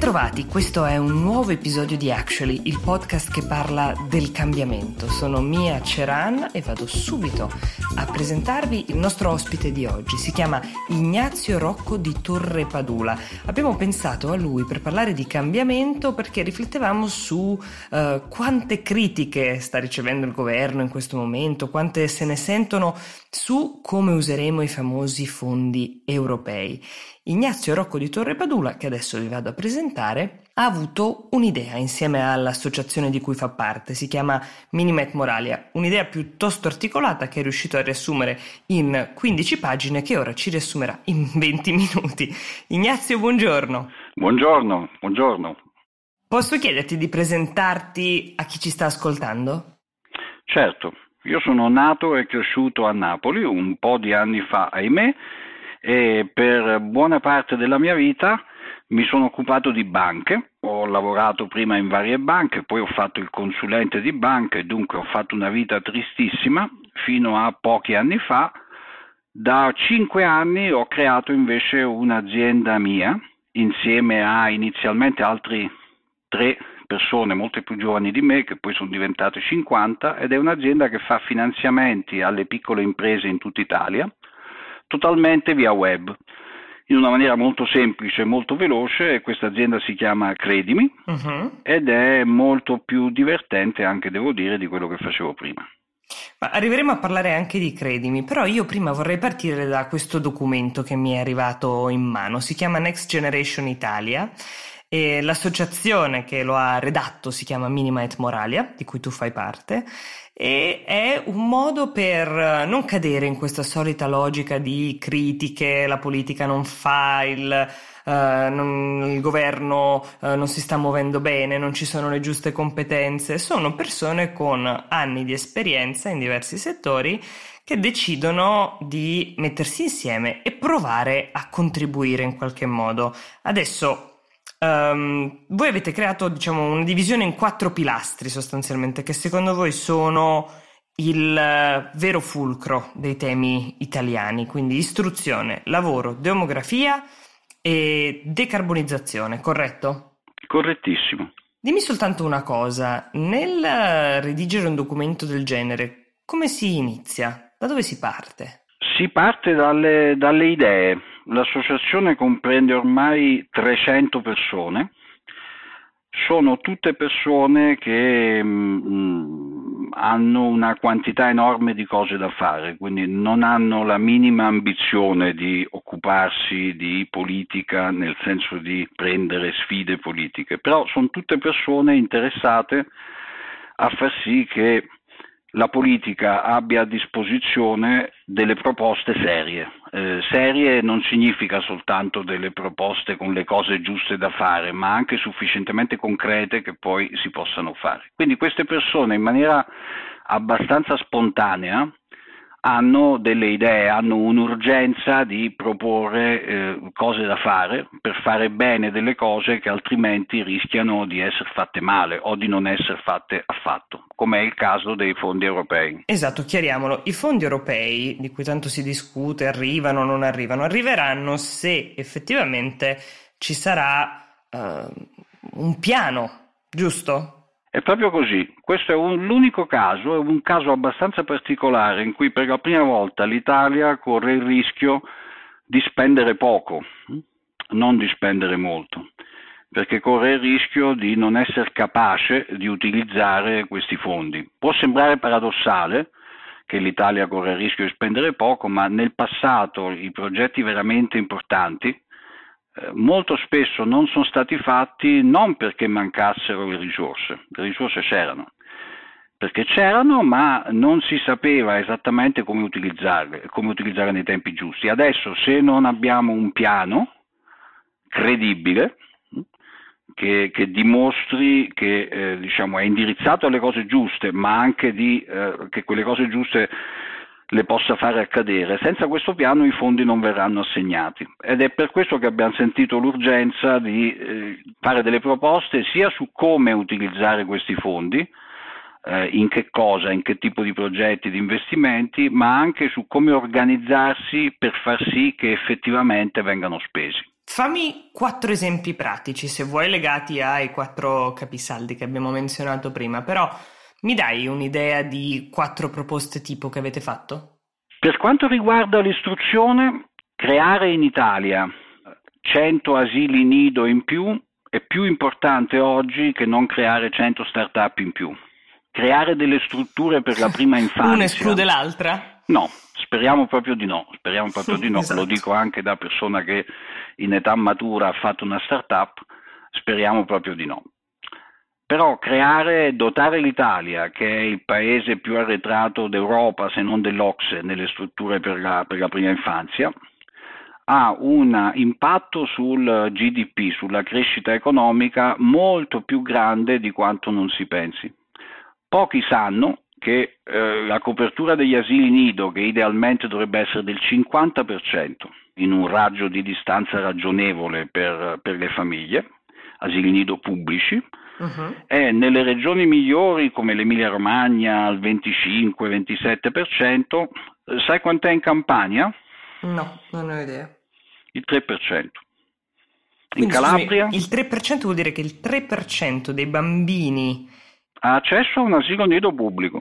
Bentrovati, questo è un nuovo episodio di Actually, il podcast che parla del cambiamento. Sono Mia Ceran e vado subito a presentarvi il nostro ospite di oggi. Si chiama Ignazio Rocco di Torre Padula. Abbiamo pensato a lui per parlare di cambiamento perché riflettevamo su quante critiche sta ricevendo il governo in questo momento, quante se ne sentono su come useremo i famosi fondi europei. Ignazio Rocco di Torre Padula, che adesso vi vado a presentare, ha avuto un'idea insieme all'associazione di cui fa parte, si chiama Minima et Moralia, un'idea piuttosto articolata che è riuscito a riassumere in 15 pagine che ora ci riassumerà in 20 minuti. Ignazio, buongiorno. Buongiorno. Posso chiederti di presentarti a chi ci sta ascoltando? Certo, io sono nato e cresciuto a Napoli un po' di anni fa, ahimè, e per buona parte della mia vita mi sono occupato di banche. Ho lavorato prima in varie banche, poi ho fatto il consulente di banche, dunque ho fatto una vita tristissima fino a pochi anni fa. Da 5 anni ho creato invece un'azienda mia insieme a inizialmente altri 3 persone molto più giovani di me, che poi sono diventate 50, ed è un'azienda che fa finanziamenti alle piccole imprese in tutta Italia, totalmente via web, in una maniera molto semplice e molto veloce. Questa azienda si chiama Credimi ed è molto più divertente anche, devo dire, di quello che facevo prima. Ma arriveremo a parlare anche di Credimi, però io prima vorrei partire da questo documento che mi è arrivato in mano. Si chiama Next Generation Italia e l'associazione che lo ha redatto si chiama Minima et Moralia, di cui tu fai parte, e è un modo per non cadere in questa solita logica di critiche, la politica non fa, il governo non si sta muovendo bene, non ci sono le giuste competenze. Sono persone con anni di esperienza in diversi settori che decidono di mettersi insieme e provare a contribuire in qualche modo. Adesso voi avete creato, diciamo, una divisione in 4 pilastri sostanzialmente, che secondo voi sono il vero fulcro dei temi italiani, quindi istruzione, lavoro, demografia e decarbonizzazione, corretto? Correttissimo. Dimmi soltanto una cosa, nel redigere un documento del genere, come si inizia? Da dove si parte? Si parte dalle idee. L'associazione comprende ormai 300 persone, sono tutte persone che hanno una quantità enorme di cose da fare, quindi non hanno la minima ambizione di occuparsi di politica nel senso di prendere sfide politiche, però sono tutte persone interessate a far sì che la politica abbia a disposizione delle proposte serie. Serie non significa soltanto delle proposte con le cose giuste da fare, ma anche sufficientemente concrete che poi si possano fare. Quindi queste persone, in maniera abbastanza spontanea, hanno delle idee, hanno un'urgenza di proporre cose da fare per fare bene delle cose che altrimenti rischiano di essere fatte male o di non essere fatte affatto, come è il caso dei fondi europei. Esatto, chiariamolo. I fondi europei, di cui tanto si discute, arrivano o non arrivano, arriveranno se effettivamente ci sarà un piano, giusto? È proprio così, questo è l'unico caso, è un caso abbastanza particolare in cui per la prima volta l'Italia corre il rischio di spendere poco, non di spendere molto, perché corre il rischio di non essere capace di utilizzare questi fondi. Può sembrare paradossale che l'Italia corre il rischio di spendere poco, ma nel passato i progetti veramente importanti molto spesso non sono stati fatti non perché mancassero le risorse perché c'erano, ma non si sapeva esattamente come utilizzarle nei tempi giusti. Adesso, se non abbiamo un piano credibile che dimostri che è indirizzato alle cose giuste, ma anche che quelle cose giuste le possa fare accadere. Senza questo piano i fondi non verranno assegnati ed è per questo che abbiamo sentito l'urgenza di fare delle proposte sia su come utilizzare questi fondi, in che cosa, in che tipo di progetti, di investimenti, ma anche su come organizzarsi per far sì che effettivamente vengano spesi. Fammi 4 esempi pratici, se vuoi legati ai 4 capisaldi che abbiamo menzionato prima, però mi dai un'idea di 4 proposte tipo che avete fatto? Per quanto riguarda l'istruzione, creare in Italia 100 asili nido in più è più importante oggi che non creare 100 start-up in più. Creare delle strutture per la prima infanzia. Una esclude l'altra? No, speriamo proprio di no, speriamo proprio di no. Esatto. Lo dico anche da persona che in età matura ha fatto una start-up, speriamo proprio di no. Però dotare l'Italia, che è il paese più arretrato d'Europa, se non dell'OCSE, nelle strutture per la prima infanzia, ha un impatto sul GDP, sulla crescita economica, molto più grande di quanto non si pensi. Pochi sanno che la copertura degli asili nido, che idealmente dovrebbe essere del 50%, in un raggio di distanza ragionevole per le famiglie, asili nido pubblici, è nelle regioni migliori come l'Emilia Romagna al 25-27%, sai quant'è in Campania? No, non ho idea. Il 3%. Quindi, In Calabria? Scusami, il 3% vuol dire che il 3% dei bambini ha accesso a un asilo nido pubblico.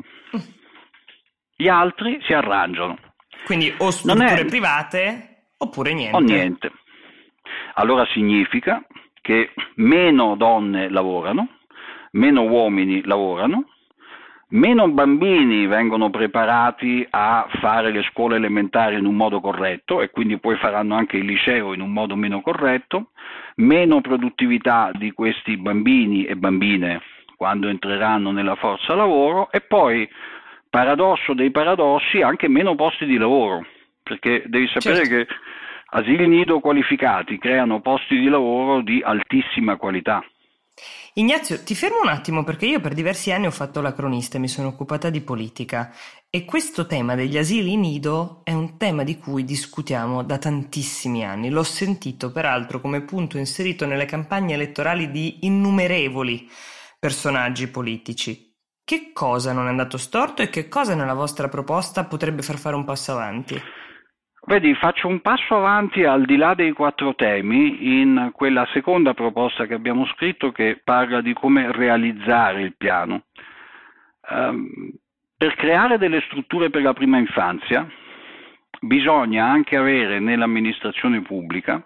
Gli altri si arrangiano. Quindi o strutture private oppure niente. O niente. Allora significa che meno donne lavorano, meno uomini lavorano, meno bambini vengono preparati a fare le scuole elementari in un modo corretto e quindi poi faranno anche il liceo in un modo meno corretto, meno produttività di questi bambini e bambine quando entreranno nella forza lavoro e poi, paradosso dei paradossi, anche meno posti di lavoro, perché devi sapere che asili nido qualificati creano posti di lavoro di altissima qualità. Ignazio, ti fermo un attimo perché io per diversi anni ho fatto la cronista e mi sono occupata di politica e questo tema degli asili nido è un tema di cui discutiamo da tantissimi anni. L'ho sentito peraltro come punto inserito nelle campagne elettorali di innumerevoli personaggi politici. Che cosa non è andato storto e che cosa nella vostra proposta potrebbe far fare un passo avanti? Vedi, faccio un passo avanti al di là dei 4 temi in quella seconda proposta che abbiamo scritto che parla di come realizzare il piano. Per creare delle strutture per la prima infanzia bisogna anche avere nell'amministrazione pubblica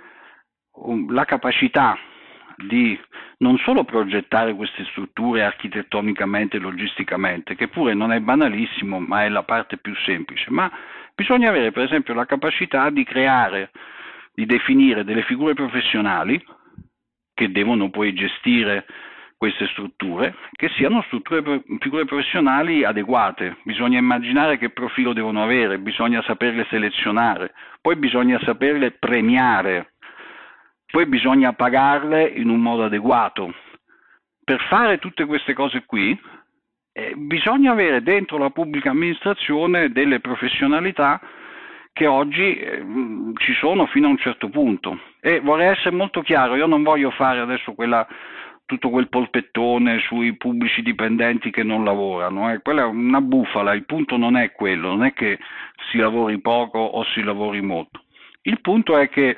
la capacità di non solo progettare queste strutture architettonicamente e logisticamente, che pure non è banalissimo, ma è la parte più semplice, ma bisogna avere per esempio la capacità di creare, di definire delle figure professionali che devono poi gestire queste strutture, che siano figure professionali adeguate. Bisogna immaginare che profilo devono avere, bisogna saperle selezionare, poi bisogna saperle premiare, poi bisogna pagarle in un modo adeguato. Per fare tutte queste cose qui bisogna avere dentro la pubblica amministrazione delle professionalità che oggi ci sono fino a un certo punto. E vorrei essere molto chiaro, io non voglio fare adesso tutto quel polpettone sui pubblici dipendenti che non lavorano, quella è una bufala, il punto non è quello, non è che si lavori poco o si lavori molto. Il punto è che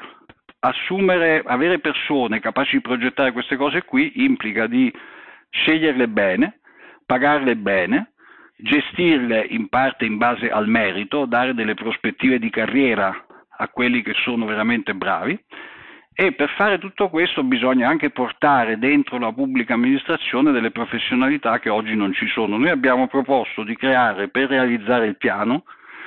avere persone capaci di progettare queste cose qui implica di sceglierle bene, pagarle bene, gestirle in parte in base al merito, dare delle prospettive di carriera a quelli che sono veramente bravi e per fare tutto questo bisogna anche portare dentro la pubblica amministrazione delle professionalità che oggi non ci sono. Noi abbiamo proposto di creare per realizzare il piano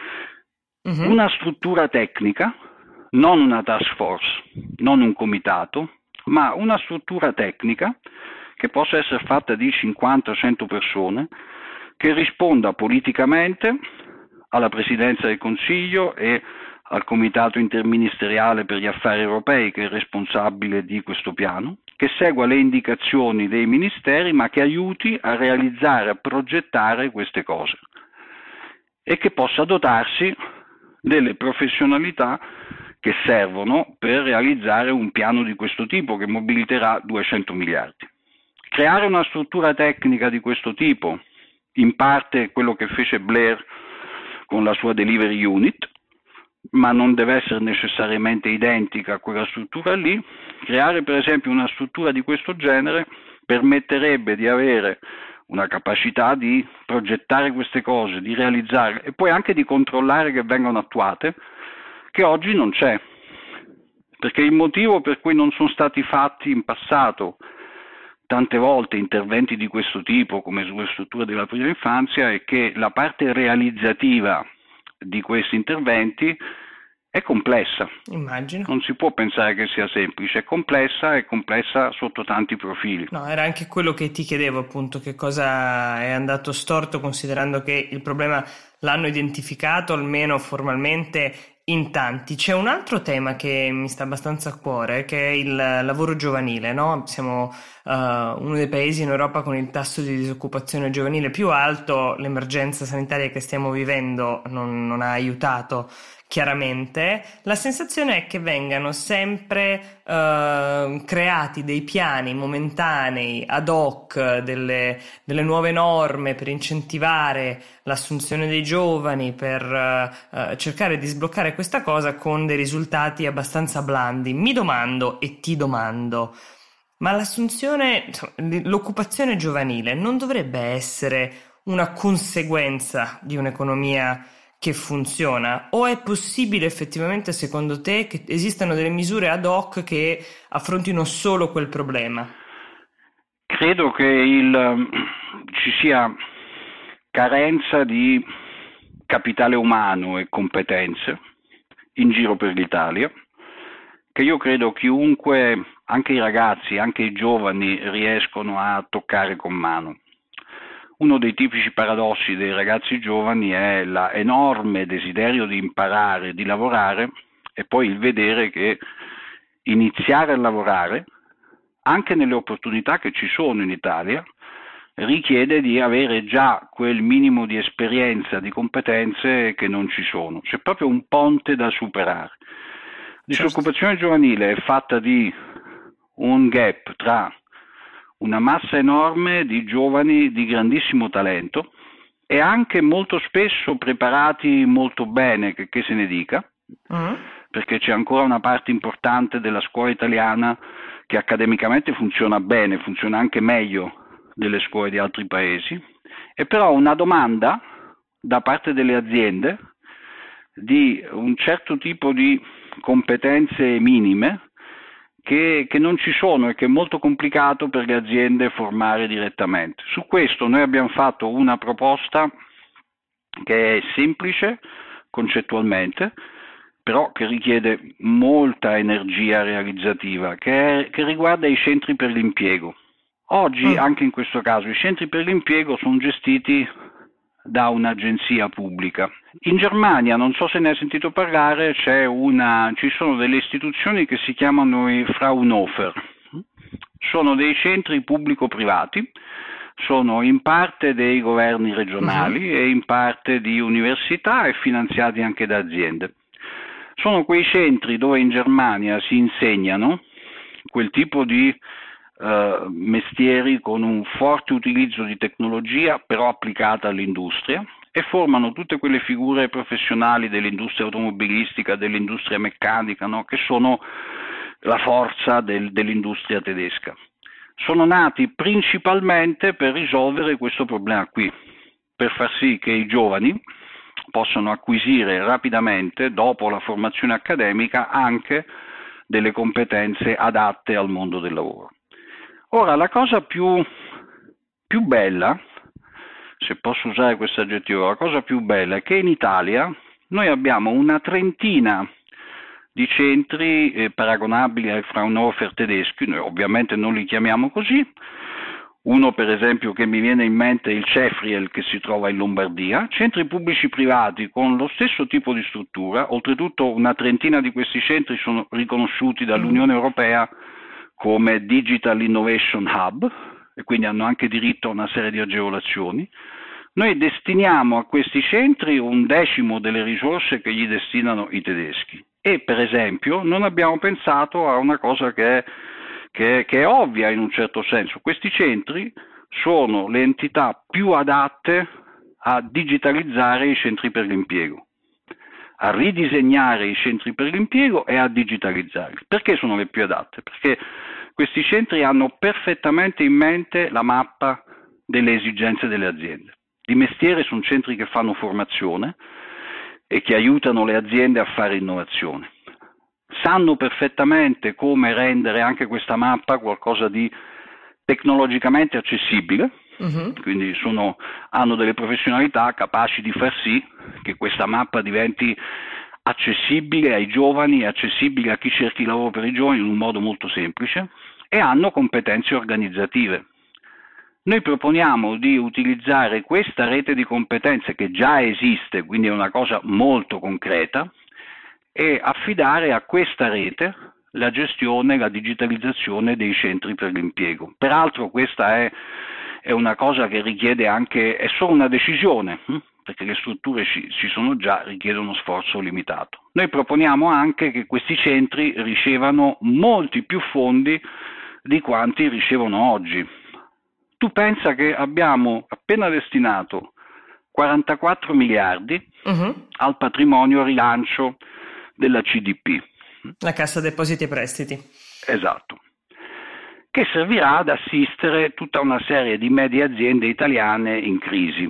una struttura tecnica, non una task force, non un comitato, ma una struttura tecnica che possa essere fatta di 50-100 persone, che risponda politicamente alla Presidenza del Consiglio e al Comitato Interministeriale per gli Affari Europei, che è responsabile di questo piano, che segua le indicazioni dei ministeri, ma che aiuti a realizzare, a progettare queste cose e che possa dotarsi delle professionalità che servono per realizzare un piano di questo tipo che mobiliterà 200 miliardi. Creare una struttura tecnica di questo tipo, in parte quello che fece Blair con la sua delivery unit, ma non deve essere necessariamente identica a quella struttura lì. Creare per esempio una struttura di questo genere permetterebbe di avere una capacità di progettare queste cose, di realizzarle e poi anche di controllare che vengano attuate, che oggi non c'è. Perché il motivo per cui non sono stati fatti in passato tante volte interventi di questo tipo, come sulle strutture della prima infanzia, è che la parte realizzativa di questi interventi è complessa. Immagino. Non si può pensare che sia semplice, è complessa sotto tanti profili. No, era anche quello che ti chiedevo, appunto, che cosa è andato storto, considerando che il problema l'hanno identificato, almeno formalmente, in tanti. C'è un altro tema che mi sta abbastanza a cuore, che è il lavoro giovanile, no? Siamo uno dei paesi in Europa con il tasso di disoccupazione giovanile più alto, l'emergenza sanitaria che stiamo vivendo non ha aiutato chiaramente. La sensazione è che vengano sempre creati dei piani momentanei ad hoc, delle nuove norme per incentivare l'assunzione dei giovani, per cercare di sbloccare questa cosa con dei risultati abbastanza blandi. Mi domando e ti domando, ma l'occupazione giovanile non dovrebbe essere una conseguenza di un'economia che funziona, o è possibile effettivamente, secondo te, che esistano delle misure ad hoc che affrontino solo quel problema? Credo che ci sia carenza di capitale umano e competenze in giro per l'Italia, che io credo chiunque, anche i ragazzi, anche i giovani, riescono a toccare con mano. Uno dei tipici paradossi dei ragazzi giovani è l'enorme desiderio di imparare, di lavorare, e poi il vedere che iniziare a lavorare, anche nelle opportunità che ci sono in Italia, richiede di avere già quel minimo di esperienza, di competenze che non ci sono. C'è proprio un ponte da superare. La disoccupazione giovanile è fatta di un gap tra una massa enorme di giovani di grandissimo talento e anche molto spesso preparati molto bene, che se ne dica, perché c'è ancora una parte importante della scuola italiana che accademicamente funziona bene, funziona anche meglio delle scuole di altri paesi, e però una domanda da parte delle aziende di un certo tipo di competenze minime che non ci sono e che è molto complicato per le aziende formare direttamente. Su questo noi abbiamo fatto una proposta che è semplice concettualmente, però che richiede molta energia realizzativa, che riguarda i centri per l'impiego. Oggi, anche in questo caso, i centri per l'impiego sono gestiti da un'agenzia pubblica. In Germania, non so se ne hai sentito parlare, ci sono delle istituzioni che si chiamano i Fraunhofer. Sono dei centri pubblico-privati, sono in parte dei governi regionali e in parte di università e finanziati anche da aziende. Sono quei centri dove in Germania si insegnano quel tipo di mestieri con un forte utilizzo di tecnologia però applicata all'industria, e formano tutte quelle figure professionali dell'industria automobilistica, dell'industria meccanica, no? Che sono la forza dell'industria tedesca. Sono nati principalmente per risolvere questo problema qui, per far sì che i giovani possano acquisire rapidamente, dopo la formazione accademica, anche delle competenze adatte al mondo del lavoro. Ora, la cosa più bella, se posso usare questo aggettivo, la cosa più bella è che in Italia noi abbiamo una trentina di centri paragonabili ai Fraunhofer tedeschi. Noi ovviamente non li chiamiamo così. Uno, per esempio, che mi viene in mente è il Cefriel, che si trova in Lombardia, centri pubblici privati con lo stesso tipo di struttura. Oltretutto una trentina di questi centri sono riconosciuti dall'Unione Europea come Digital Innovation Hub, e quindi hanno anche diritto a una serie di agevolazioni. Noi destiniamo a questi centri 1/10 delle risorse che gli destinano i tedeschi, e per esempio non abbiamo pensato a una cosa che è ovvia in un certo senso. Questi centri sono le entità più adatte a digitalizzare i centri per l'impiego. a ridisegnare i centri per l'impiego e a digitalizzarli. Perché sono le più adatte? Perché questi centri hanno perfettamente in mente la mappa delle esigenze delle aziende. Di mestiere sono centri che fanno formazione e che aiutano le aziende a fare innovazione. Sanno perfettamente come rendere anche questa mappa qualcosa di tecnologicamente accessibile, quindi hanno delle professionalità capaci di far sì che questa mappa diventi accessibile ai giovani, accessibile a chi cerchi lavoro per i giovani in un modo molto semplice, e hanno competenze organizzative. Noi proponiamo di utilizzare questa rete di competenze che già esiste, quindi è una cosa molto concreta, e affidare a questa rete la gestione, la digitalizzazione dei centri per l'impiego. Peraltro questa è una cosa che richiede anche, è solo una decisione, perché le strutture ci sono già, richiede uno sforzo limitato. Noi proponiamo anche che questi centri ricevano molti più fondi di quanti ricevono oggi. Tu pensa che abbiamo appena destinato 44 miliardi al patrimonio rilancio della CDP. La Cassa Depositi e Prestiti. Esatto. Che servirà ad assistere tutta una serie di medie aziende italiane in crisi.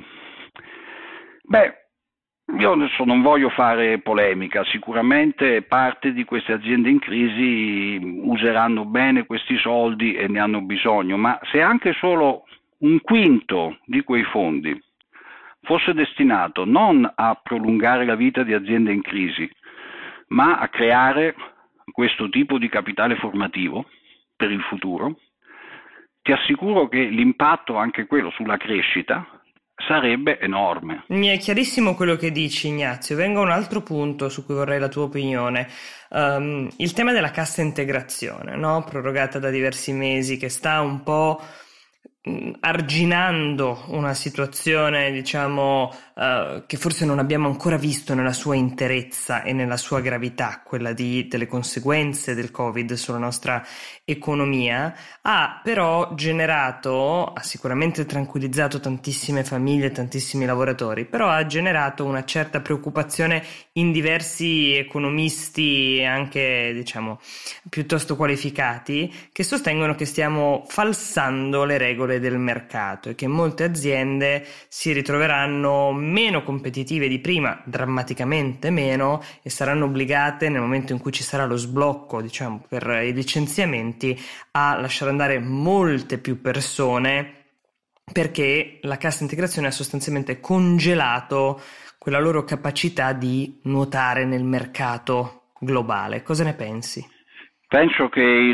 Io adesso non voglio fare polemica, sicuramente parte di queste aziende in crisi useranno bene questi soldi e ne hanno bisogno, ma se anche solo un quinto di quei fondi fosse destinato non a prolungare la vita di aziende in crisi, ma a creare questo tipo di capitale formativo per il futuro, ti assicuro che l'impatto, anche quello sulla crescita, sarebbe enorme. Mi è chiarissimo quello che dici, Ignazio. Vengo a un altro punto su cui vorrei la tua opinione. Il tema della cassa integrazione, no? Prorogata da diversi mesi, che sta un po' arginando una situazione, diciamo, che forse non abbiamo ancora visto nella sua interezza e nella sua gravità, quella delle conseguenze del Covid sulla nostra economia, ha però ha sicuramente tranquillizzato tantissime famiglie, tantissimi lavoratori, però ha generato una certa preoccupazione in diversi economisti, anche, diciamo, piuttosto qualificati, che sostengono che stiamo falsando le regole del mercato e che molte aziende si ritroveranno meno competitive di prima, drammaticamente meno, e saranno obbligate, nel momento in cui ci sarà lo sblocco, diciamo, per i licenziamenti, a lasciare andare molte più persone, perché la cassa integrazione ha sostanzialmente congelato quella loro capacità di nuotare nel mercato globale. Cosa ne pensi? Penso che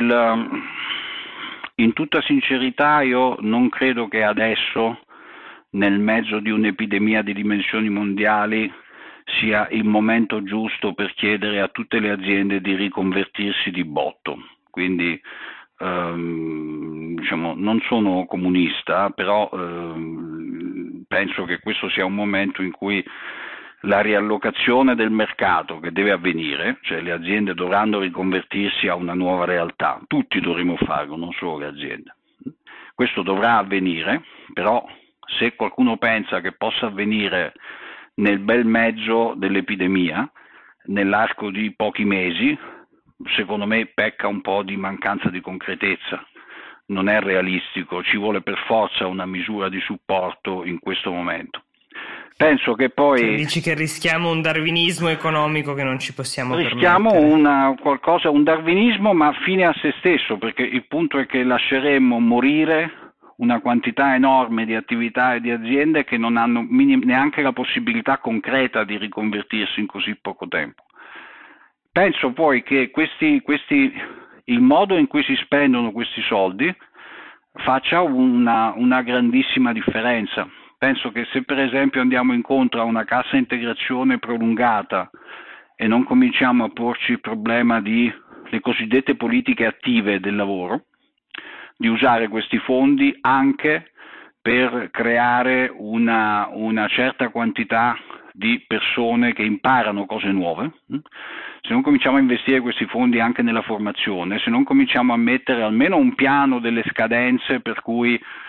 in tutta sincerità io non credo che adesso, nel mezzo di un'epidemia di dimensioni mondiali, sia il momento giusto per chiedere a tutte le aziende di riconvertirsi di botto. Quindi diciamo, non sono comunista, però penso che questo sia un momento in cui la riallocazione del mercato che deve avvenire, cioè le aziende dovranno riconvertirsi a una nuova realtà, tutti dovremo farlo, non solo le aziende. Questo dovrà avvenire, però se qualcuno pensa che possa avvenire nel bel mezzo dell'epidemia, nell'arco di pochi mesi, secondo me pecca un po' di mancanza di concretezza. Non è realistico, ci vuole per forza una misura di supporto in questo momento. Penso che poi... Cioè, dici che rischiamo un darwinismo economico che non ci possiamo rischiamo permettere. un darwinismo, ma fine a se stesso, perché il punto è che lasceremo morire una quantità enorme di attività e di aziende che non hanno neanche la possibilità concreta di riconvertirsi in così poco tempo. Penso poi che il modo in cui si spendono questi soldi faccia una grandissima differenza. Penso che se per esempio andiamo incontro a una cassa integrazione prolungata e non cominciamo a porci il problema di le cosiddette politiche attive del lavoro, di usare questi fondi anche per creare una certa quantità di persone che imparano cose nuove, se non cominciamo a investire questi fondi anche nella formazione, se non cominciamo a mettere almeno un piano delle scadenze per cui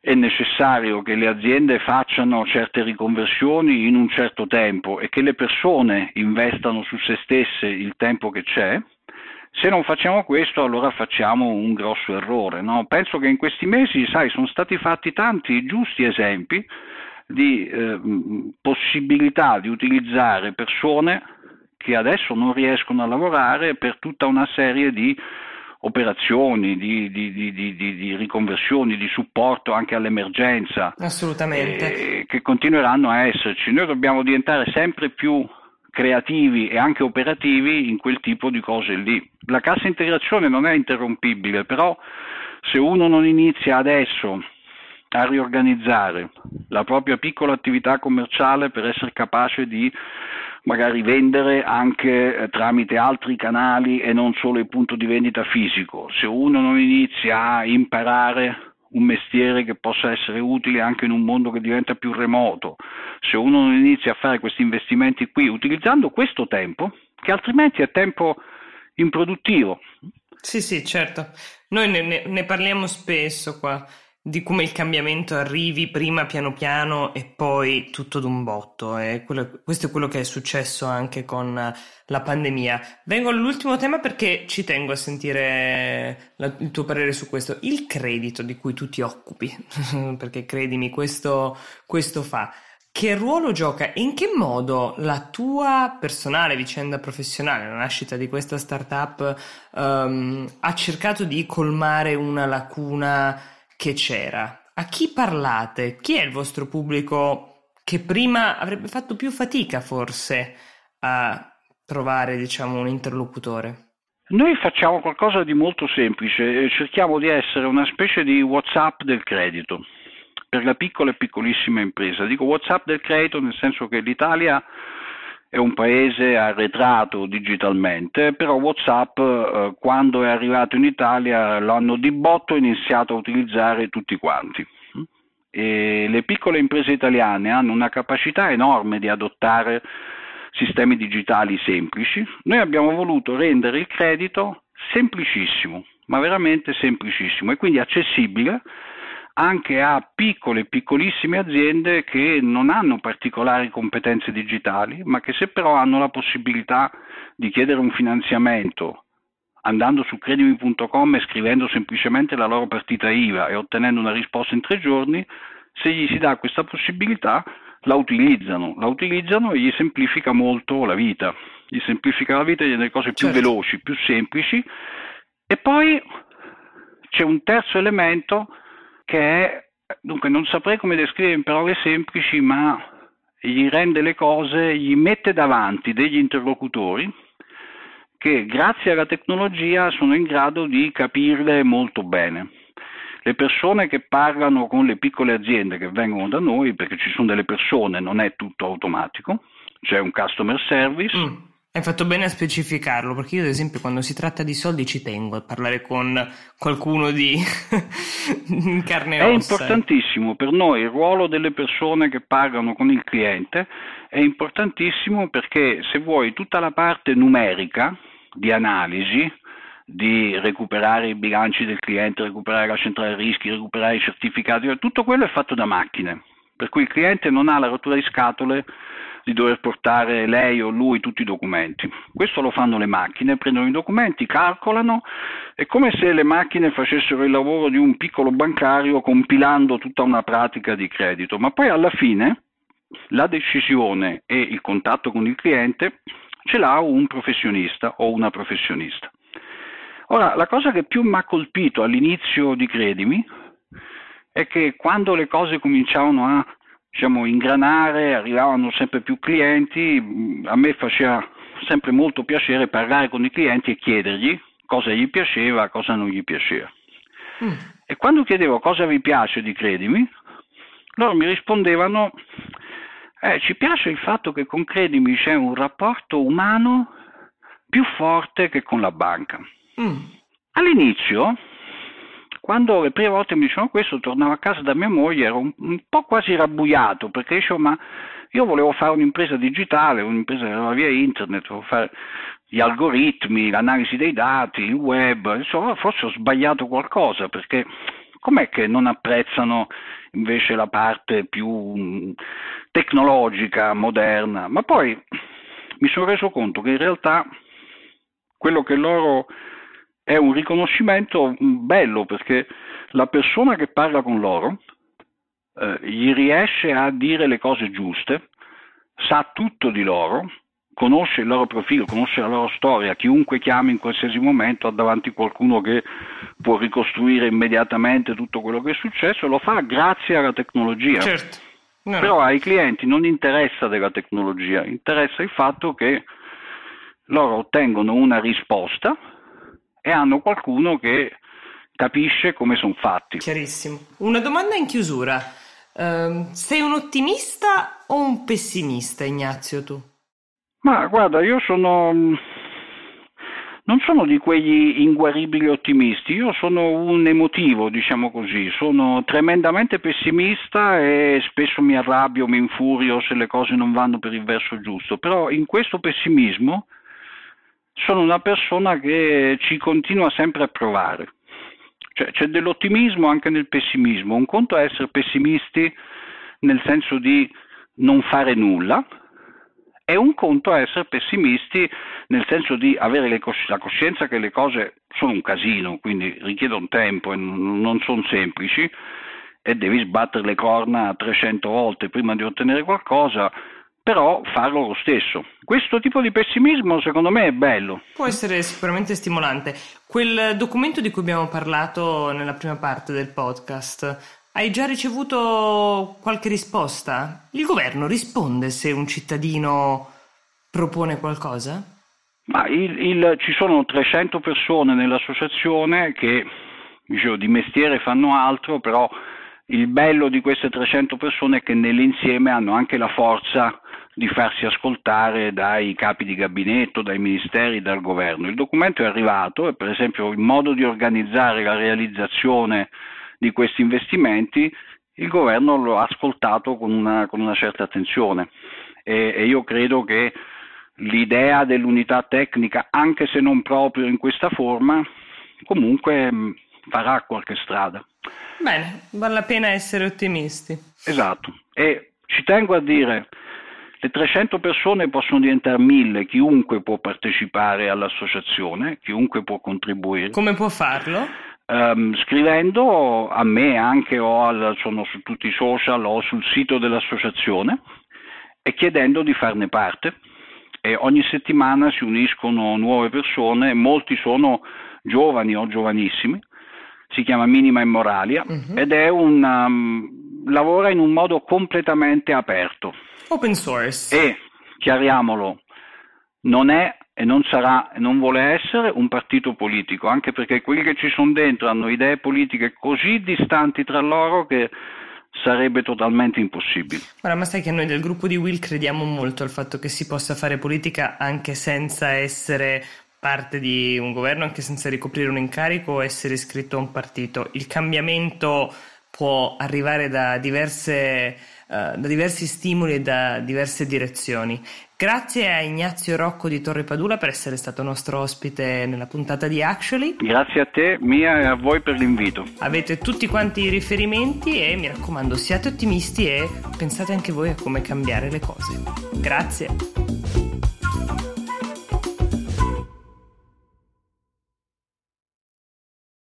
è necessario che le aziende facciano certe riconversioni in un certo tempo e che le persone investano su se stesse il tempo che c'è. Se non facciamo questo, allora facciamo un grosso errore, no? Penso che in questi mesi, sai, sono stati fatti tanti giusti esempi di possibilità di utilizzare persone che adesso non riescono a lavorare per tutta una serie di operazioni, di riconversioni, di supporto anche all'emergenza, Assolutamente. che continueranno a esserci. Noi dobbiamo diventare sempre più creativi e anche operativi in quel tipo di cose lì. La cassa integrazione non è interrompibile, però se uno non inizia adesso a riorganizzare la propria piccola attività commerciale per essere capace di magari vendere anche tramite altri canali e non solo il punto di vendita fisico, se uno non inizia a imparare un mestiere che possa essere utile anche in un mondo che diventa più remoto, se uno non inizia a fare questi investimenti qui utilizzando questo tempo, che altrimenti è tempo improduttivo. Sì, certo. Noi ne parliamo spesso qua, di come il cambiamento arrivi prima piano piano e poi tutto d'un botto. Questo è quello che è successo anche con la pandemia. Vengo all'ultimo tema perché ci tengo a sentire il tuo parere su questo. Il credito di cui tu ti occupi, perché credimi, questo fa. Che ruolo gioca e in che modo la tua personale vicenda professionale, la nascita di questa startup, ha cercato di colmare una lacuna che c'era? A chi parlate? Chi è il vostro pubblico che prima avrebbe fatto più fatica forse a trovare, diciamo, un interlocutore? Noi facciamo qualcosa di molto semplice, cerchiamo di essere una specie di WhatsApp del credito per la piccola e piccolissima impresa. Dico WhatsApp del credito nel senso che l'Italia è un paese arretrato digitalmente, però WhatsApp quando è arrivato in Italia l'hanno di botto iniziato a utilizzare tutti quanti. E le piccole imprese italiane hanno una capacità enorme di adottare sistemi digitali semplici. Noi abbiamo voluto rendere il credito semplicissimo, ma veramente semplicissimo e quindi accessibile anche a piccole e piccolissime aziende che non hanno particolari competenze digitali, ma che se però hanno la possibilità di chiedere un finanziamento andando su credimi.com e scrivendo semplicemente la loro partita IVA e ottenendo una risposta in 3 giorni, se gli si dà questa possibilità la utilizzano e gli semplifica molto la vita, gli rende le cose più veloci, più semplici. E poi c'è un terzo elemento che è, dunque non saprei come descrivere in parole semplici, ma gli rende le cose, gli mette davanti degli interlocutori che grazie alla tecnologia sono in grado di capirle molto bene. Le persone che parlano con le piccole aziende che vengono da noi, perché ci sono delle persone, non è tutto automatico, c'è un customer service. Hai fatto bene a specificarlo, perché io ad esempio quando si tratta di soldi ci tengo a parlare con qualcuno di in carne e ossa. È importantissimo per noi il ruolo delle persone che parlano con il cliente, è importantissimo perché se vuoi tutta la parte numerica di analisi, di recuperare i bilanci del cliente, recuperare la centrale rischi, recuperare i certificati, tutto quello è fatto da macchine, per cui il cliente non ha la rottura di scatole di dover portare lei o lui tutti i documenti. Questo lo fanno le macchine, prendono i documenti, calcolano, è come se le macchine facessero il lavoro di un piccolo bancario compilando tutta una pratica di credito, ma poi alla fine la decisione e il contatto con il cliente ce l'ha un professionista o una professionista. Ora, la cosa che più mi ha colpito all'inizio di Credimi è che quando le cose cominciavano a ingranare, arrivavano sempre più clienti, a me faceva sempre molto piacere parlare con i clienti e chiedergli cosa gli piaceva, cosa non gli piaceva. E quando chiedevo cosa vi piace di Credimi, loro mi rispondevano ci piace il fatto che con Credimi c'è un rapporto umano più forte che con la banca. All'inizio, quando le prime volte mi dicevano questo, tornavo a casa da mia moglie, ero un po' quasi rabbuiato, perché dicevo, ma io volevo fare un'impresa digitale, un'impresa che andava via internet, volevo fare gli algoritmi, l'analisi dei dati, il web, insomma, forse ho sbagliato qualcosa, perché com'è che non apprezzano invece la parte più tecnologica, moderna? Ma poi mi sono reso conto che in realtà quello che loro è un riconoscimento bello, perché la persona che parla con loro gli riesce a dire le cose giuste, sa tutto di loro, conosce il loro profilo, conosce la loro storia. Chiunque chiami in qualsiasi momento ha davanti qualcuno che può ricostruire immediatamente tutto quello che è successo, lo fa grazie alla tecnologia. Certo. No. Però ai clienti non interessa della tecnologia, interessa il fatto che loro ottengono una risposta e hanno qualcuno che capisce come sono fatti. Chiarissimo. Una domanda in chiusura. Sei un ottimista o un pessimista, Ignazio, tu? Ma guarda, io non sono di quegli inguaribili ottimisti, io sono un emotivo, diciamo così, sono tremendamente pessimista e spesso mi arrabbio, mi infurio se le cose non vanno per il verso giusto, però in questo pessimismo sono una persona che ci continua sempre a provare. Cioè, c'è dell'ottimismo anche nel pessimismo. Un conto è essere pessimisti nel senso di non fare nulla, e un conto è essere pessimisti nel senso di avere la coscienza che le cose sono un casino, quindi richiedono tempo e non sono semplici, e devi sbattere le corna 300 volte prima di ottenere qualcosa, però farlo lo stesso. Questo tipo di pessimismo secondo me è bello. Può essere sicuramente stimolante. Quel documento di cui abbiamo parlato nella prima parte del podcast, hai già ricevuto qualche risposta? Il governo risponde se un cittadino propone qualcosa? Ma ci sono 300 persone nell'associazione che, dicevo, di mestiere fanno altro, però il bello di queste 300 persone è che nell'insieme hanno anche la forza di farsi ascoltare dai capi di gabinetto, dai ministeri, dal governo. Il documento è arrivato e per esempio il modo di organizzare la realizzazione di questi investimenti il governo lo ha ascoltato con una certa attenzione, e io credo che l'idea dell'unità tecnica, anche se non proprio in questa forma, comunque farà qualche strada. Bene, vale la pena essere ottimisti. Esatto, e ci tengo a dire, le 300 persone possono diventare 1000, chiunque può partecipare all'associazione, chiunque può contribuire. Come può farlo? Scrivendo a me anche, sono su tutti i social o sul sito dell'associazione, e chiedendo di farne parte. E ogni settimana si uniscono nuove persone, molti sono giovani o giovanissimi, si chiama Minima Immoralia, ed è lavora in un modo completamente aperto. Open source. E, chiariamolo, non è e non sarà e non vuole essere un partito politico, anche perché quelli che ci sono dentro hanno idee politiche così distanti tra loro che sarebbe totalmente impossibile. Ora, ma sai che noi del gruppo di Will crediamo molto al fatto che si possa fare politica anche senza essere parte di un governo, anche senza ricoprire un incarico o essere iscritto a un partito. Il cambiamento può arrivare da diversi stimoli e da diverse direzioni. Grazie a Ignazio Rocco di Torre Padula per essere stato nostro ospite nella puntata di Actually. Grazie a te, Mia, e a voi per l'invito. Avete tutti quanti i riferimenti e mi raccomando, siate ottimisti e pensate anche voi a come cambiare le cose. Grazie.